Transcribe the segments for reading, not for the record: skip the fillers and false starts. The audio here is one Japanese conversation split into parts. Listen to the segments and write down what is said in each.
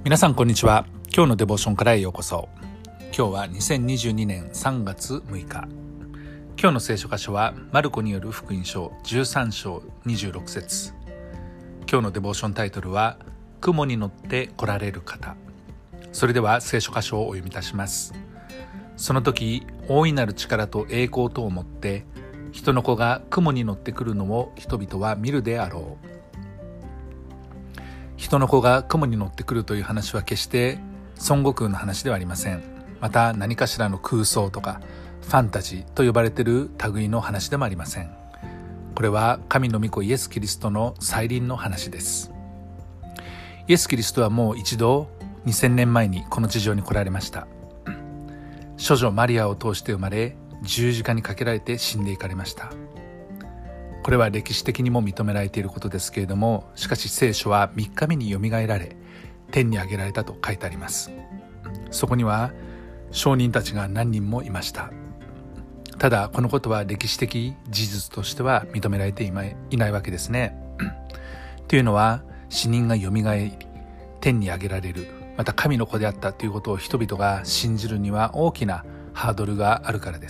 皆さんこんにちは。今日のデボーションからへようこそ。今日は2022年3月6日。今日の聖書箇所はマルコによる福音書13章26節。今日のデボーションタイトルは雲に乗って来られる方。それでは聖書箇所をお読みいたします。その時、大いなる力と栄光とをもって人の子が雲に乗ってくるのを人々は見るであろう。人の子が雲に乗ってくるという話は決して孫悟空の話ではありません。また何かしらの空想とかファンタジーと呼ばれている類の話でもありません。これは神の御子イエス・キリストの再臨の話です。イエス・キリストはもう一度2000年前にこの地上に来られました。処女マリアを通して生まれ、十字架にかけられて死んでいかれました。これは歴史的にも認められていることですけれども、しかし聖書は3日目によみがえられ天に上げられたと書いてあります。そこには証人たちが何人もいました。ただこのことは歴史的事実としては認められていないわけですね。というのは死人がよみがえり天に上げられる、また神の子であったということを人々が信じるには大きなハードルがあるからです。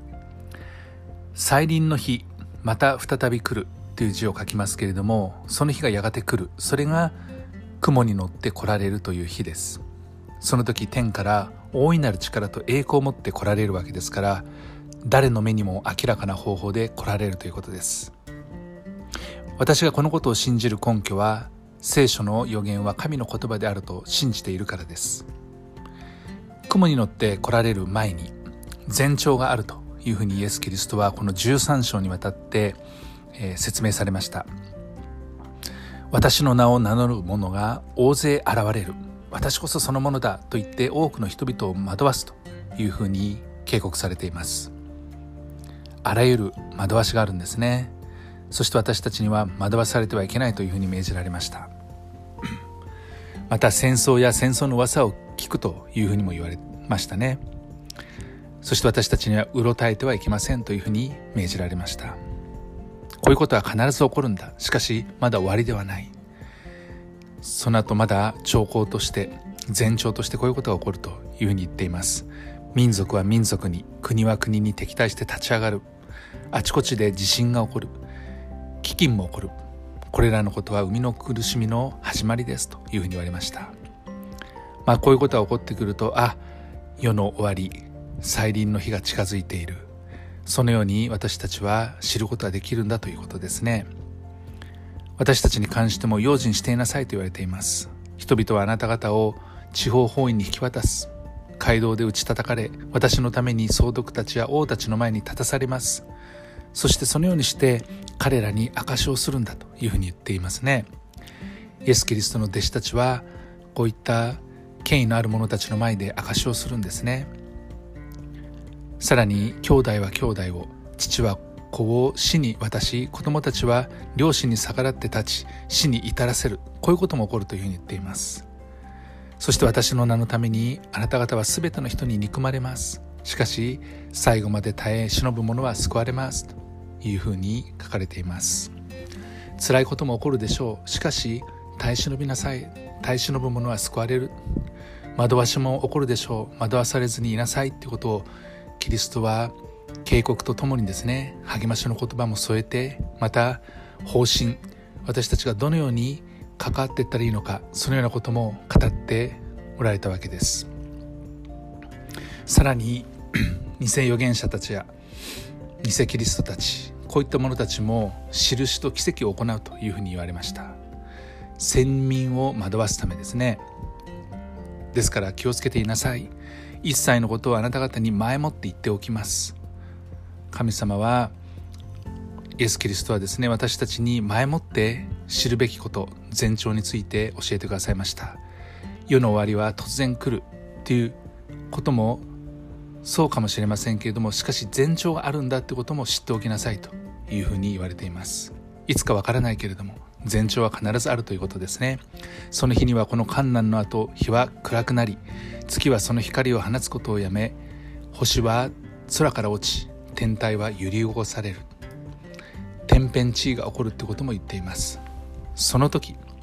再臨の日、また再び来るという字を書きますけれども、その日がやがて来る。それが雲に乗って来られるという日です。その時天から大いなる力と栄光を持って来られるわけですから、誰の目にも明らかな方法で来られるということです。私がこのことを信じる根拠は、聖書の予言は神の言葉であると信じているからです。雲に乗って来られる前に前兆があるというふうにイエス・キリストはこの13章にわたって、説明されました。私の名を名乗る者が大勢現れる、私こそそのものだと言って多くの人々を惑わすというふうに警告されています。あらゆる惑わしがあるんですね。そして私たちには惑わされてはいけないというふうに命じられました。また戦争や戦争の噂を聞くというふうにも言われましたね。そして私たちにはうろたえてはいけませんというふうに命じられました。こういうことは必ず起こるんだ。しかしまだ終わりではない。その後まだ兆候として前兆としてこういうことが起こるというふうに言っています。民族は民族に、国は国に敵対して立ち上がる。あちこちで地震が起こる。飢饉も起こる。これらのことは生みの苦しみの始まりですというふうに言われました。こういうことが起こってくると、世の終わり、再臨の日が近づいている。そのように私たちは知ることができるんだということですね。私たちに関しても用心していなさいと言われています。人々はあなた方を地方法院に引き渡す。街道で打ち叩かれ、私のために総督たちや王たちの前に立たされます。そしてそのようにして彼らに証しをするんだというふうに言っていますね。イエス・キリストの弟子たちはこういった権威のある者たちの前で証しをするんですね。さらに兄弟は兄弟を、父は子を死に渡し、子供たちは両親に逆らって立ち死に至らせる。こういうことも起こるというふうに言っています。そして私の名のためにあなた方はすべての人に憎まれます。しかし最後まで耐え忍ぶ者は救われますというふうに書かれています。辛いことも起こるでしょう。しかし耐え忍びなさい。耐え忍ぶ者は救われる。惑わしも起こるでしょう。惑わされずにいなさいということをキリストは警告とともにですね、励ましの言葉も添えて、また方針、私たちがどのように関わっていったらいいのか、そのようなことも語っておられたわけです。さらに偽預言者たちや偽キリストたち、こういった者たちも印と奇跡を行うというふうに言われました。先民を惑わすためですね。ですから気をつけていなさい。一切のことをあなた方に前もって言っておきます。神様は、イエス・キリストはですね、私たちに前もって知るべきこと、前兆について教えてくださいました。世の終わりは突然来るということもそうかもしれませんけれども、しかし前兆があるんだということも知っておきなさいというふうに言われています。いつかわからないけれども前兆は必ずあるということですね。その日にはこの患難の後、日は暗くなり、月はその光を放つことをやめ、星は空から落ち、天体は揺り動かされる。天変地異が起こるということも言っています。その時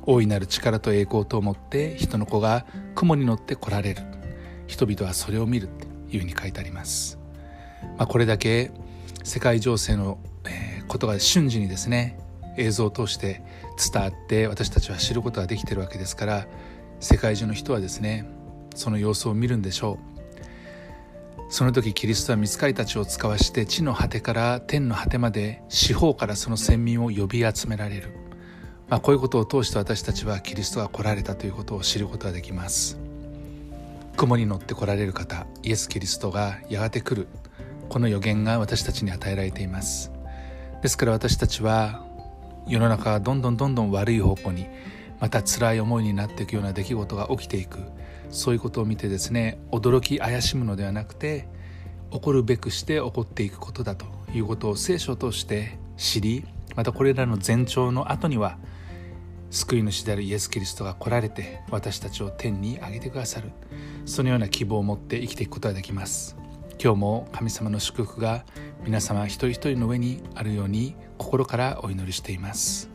大いなる力と栄光と思って人の子が雲に乗って来られる。人々はそれを見るっていうふうに書いてあります。これだけ世界情勢のことが瞬時にですね、映像を通して伝わって私たちは知ることができているわけですから、世界中の人はですね、その様子を見るんでしょう。その時キリストは御使いたちを使わして地の果てから天の果てまで四方からその先民を呼び集められる。こういうことを通して私たちはキリストが来られたということを知ることができます。雲に乗って来られる方、イエス・キリストがやがて来る、この予言が私たちに与えられています。ですから私たちは世の中がどんどん悪い方向に、また辛い思いになっていくような出来事が起きていく、そういうことを見てですね、驚き怪しむのではなくて、起こるべくして起こっていくことだということを聖書を通して知り、またこれらの前兆の後には救い主であるイエス・キリストが来られて私たちを天に上げてくださる、そのような希望を持って生きていくことができます。今日も神様の祝福が皆様一人一人の上にあるように心からお祈りしています。